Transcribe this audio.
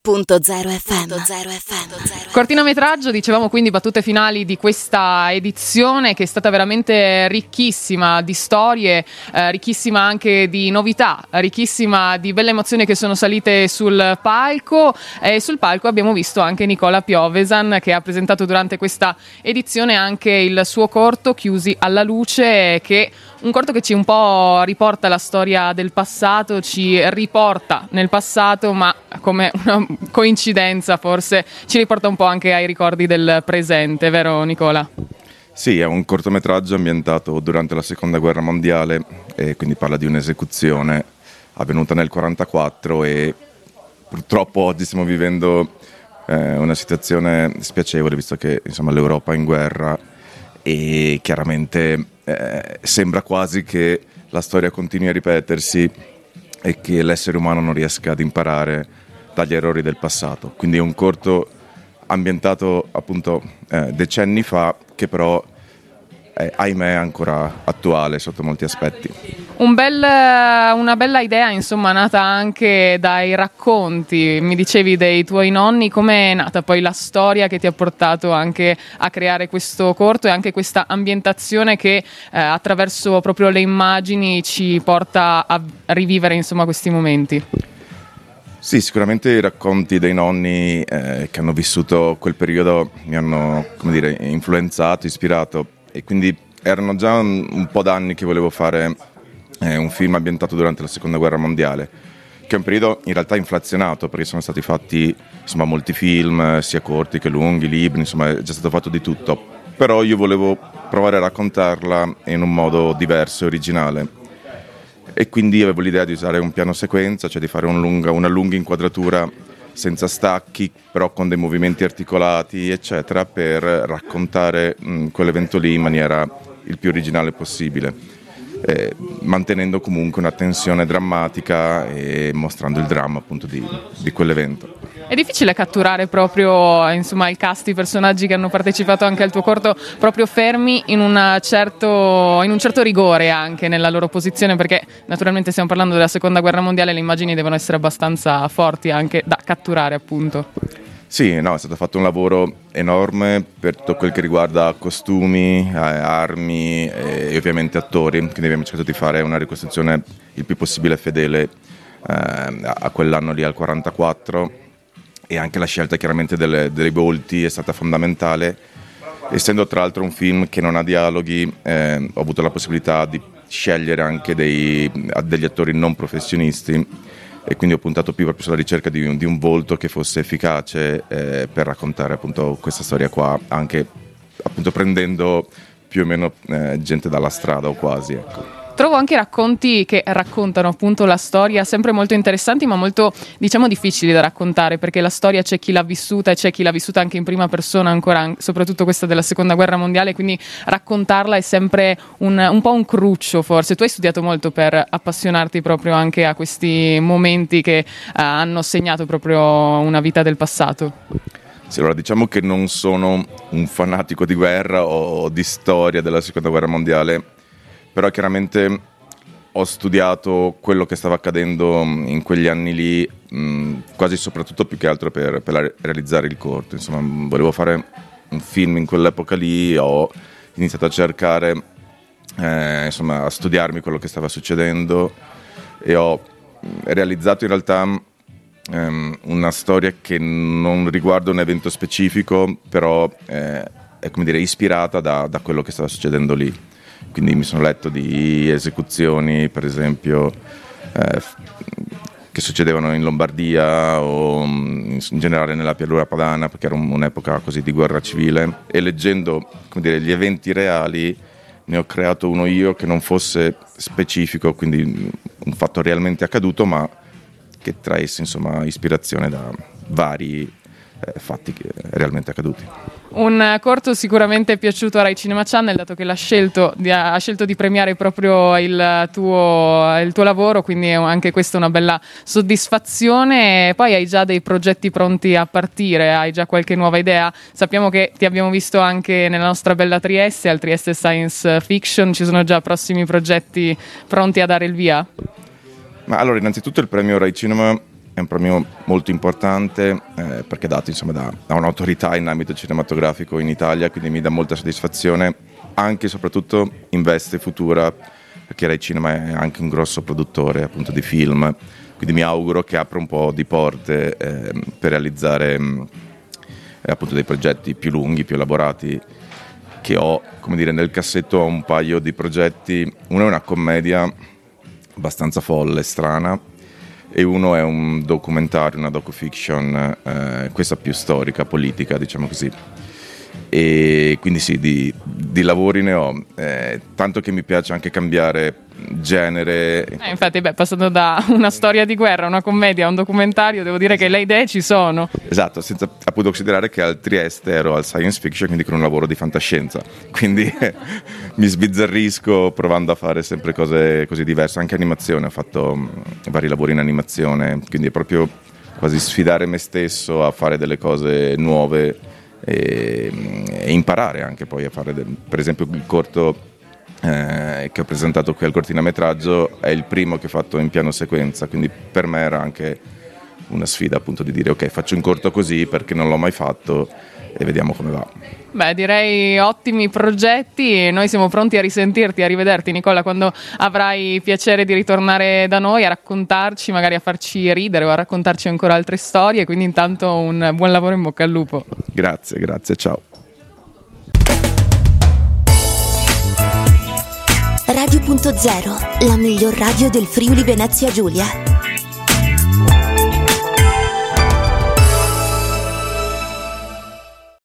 100.0 FM. Cortometraggio, dicevamo, quindi battute finali di questa edizione che è stata veramente ricchissima di storie, ricchissima anche di novità, ricchissima di belle emozioni che sono salite sul palco, e sul palco abbiamo visto anche Nicola Piovesan che ha presentato durante questa edizione anche il suo corto Chiusi alla luce, che un corto che ci un po' riporta la storia del passato, ci riporta nel passato, ma come una coincidenza forse ci riporta un po' anche ai ricordi del presente, vero Nicola? Sì, è un cortometraggio ambientato durante la Seconda Guerra Mondiale e quindi parla di un'esecuzione avvenuta nel 1944 e purtroppo oggi stiamo vivendo una situazione spiacevole, visto che insomma l'Europa è in guerra e chiaramente sembra quasi che la storia continui a ripetersi e che l'essere umano non riesca ad imparare dagli errori del passato. Quindi è un corto ambientato appunto decenni fa, che però è, ahimè, ancora attuale sotto molti aspetti. Una bella idea, insomma, nata anche dai racconti. Mi dicevi dei tuoi nonni. Come è nata poi la storia che ti ha portato anche a creare questo corto e anche questa ambientazione che attraverso proprio le immagini ci porta a rivivere, insomma, questi momenti? Sì, sicuramente i racconti dei nonni che hanno vissuto quel periodo mi hanno, come dire, influenzato, ispirato, e quindi erano già un po' d'anni che volevo fare un film ambientato durante la Seconda Guerra Mondiale, che è un periodo in realtà inflazionato, perché sono stati fatti insomma molti film, sia corti che lunghi, libri, insomma è già stato fatto di tutto, però io volevo provare a raccontarla in un modo diverso e originale. E quindi avevo l'idea di usare un piano sequenza, cioè di fare una lunga inquadratura senza stacchi, però con dei movimenti articolati, eccetera, per raccontare quell'evento lì in maniera il più originale possibile, mantenendo comunque una tensione drammatica e mostrando il dramma appunto di quell'evento. È difficile catturare proprio, insomma, il cast, i personaggi che hanno partecipato anche al tuo corto proprio fermi in un certo rigore anche nella loro posizione, perché naturalmente stiamo parlando della Seconda Guerra Mondiale, le immagini devono essere abbastanza forti anche da catturare, appunto. Sì, no, è stato fatto un lavoro enorme per tutto quel che riguarda costumi, armi e ovviamente attori, quindi abbiamo cercato di fare una ricostruzione il più possibile fedele a quell'anno lì, al 1944, e anche la scelta chiaramente dei volti è stata fondamentale. Essendo tra l'altro un film che non ha dialoghi, ho avuto la possibilità di scegliere anche degli attori non professionisti, e quindi ho puntato più proprio sulla ricerca di un volto che fosse efficace per raccontare appunto questa storia qua, anche appunto prendendo più o meno gente dalla strada o quasi, ecco. Trovo anche racconti che raccontano appunto la storia sempre molto interessanti, ma molto, diciamo, difficili da raccontare, perché la storia c'è chi l'ha vissuta e c'è chi l'ha vissuta anche in prima persona, ancora soprattutto questa della Seconda Guerra Mondiale, quindi raccontarla è sempre un po' un cruccio forse. Tu hai studiato molto per appassionarti proprio anche a questi momenti che hanno segnato proprio una vita del passato. Sì, allora diciamo che non sono un fanatico di guerra o di storia della Seconda Guerra Mondiale, però chiaramente ho studiato quello che stava accadendo in quegli anni lì, quasi soprattutto più che altro per realizzare il corto. Insomma, volevo fare un film in quell'epoca lì, ho iniziato a cercare, insomma, a studiarmi quello che stava succedendo, e ho realizzato in realtà una storia che non riguarda un evento specifico, però è, come dire, ispirata da quello che stava succedendo lì. Quindi mi sono letto di esecuzioni, per esempio, che succedevano in Lombardia o in generale nella pianura padana, perché era un'epoca così di guerra civile, e leggendo, come dire, gli eventi reali ne ho creato uno io che non fosse specifico, quindi un fatto realmente accaduto, ma che traesse insomma ispirazione da vari fatti realmente accaduti. Un corto sicuramente piaciuto a Rai Cinema Channel, dato che ha scelto di premiare proprio il tuo lavoro, quindi anche questa è una bella soddisfazione. Poi hai già dei progetti pronti a partire, hai già qualche nuova idea? Sappiamo che ti abbiamo visto anche nella nostra bella Trieste, al Trieste Science Fiction. Ci sono già prossimi progetti pronti a dare il via? Ma allora, innanzitutto il premio Rai Cinema è un premio molto importante perché è dato insomma da un'autorità in ambito cinematografico in Italia, quindi mi dà molta soddisfazione, anche e soprattutto in veste futura, perché Rai Cinema è anche un grosso produttore appunto di film, quindi mi auguro che apra un po' di porte per realizzare appunto dei progetti più lunghi, più elaborati, che ho, come dire, nel cassetto ho un paio di progetti. Uno è una commedia abbastanza folle, strana, e uno è un documentario, una docufiction, questa più storica, politica, diciamo così. E quindi sì, di lavori ne ho, tanto che mi piace anche cambiare genere. Infatti, passando da una storia di guerra, una commedia, a un documentario, devo dire che le idee ci sono. Esatto, senza appunto considerare che al Trieste ero al science fiction, quindi con un lavoro di fantascienza, quindi mi sbizzarrisco provando a fare sempre cose così diverse, anche animazione, ho fatto vari lavori in animazione, quindi è proprio quasi sfidare me stesso a fare delle cose nuove e imparare anche poi a fare per esempio il corto che ho presentato qui al cortinametraggio è il primo che ho fatto in piano sequenza, quindi per me era anche una sfida appunto di dire ok, faccio un corto così perché non l'ho mai fatto e vediamo come va. Beh, direi ottimi progetti, noi siamo pronti a risentirti, a rivederti Nicola quando avrai piacere di ritornare da noi a raccontarci, magari a farci ridere o a raccontarci ancora altre storie, quindi intanto un buon lavoro, in bocca al lupo. Grazie, ciao. Radio.0, la miglior radio del Friuli Venezia Giulia.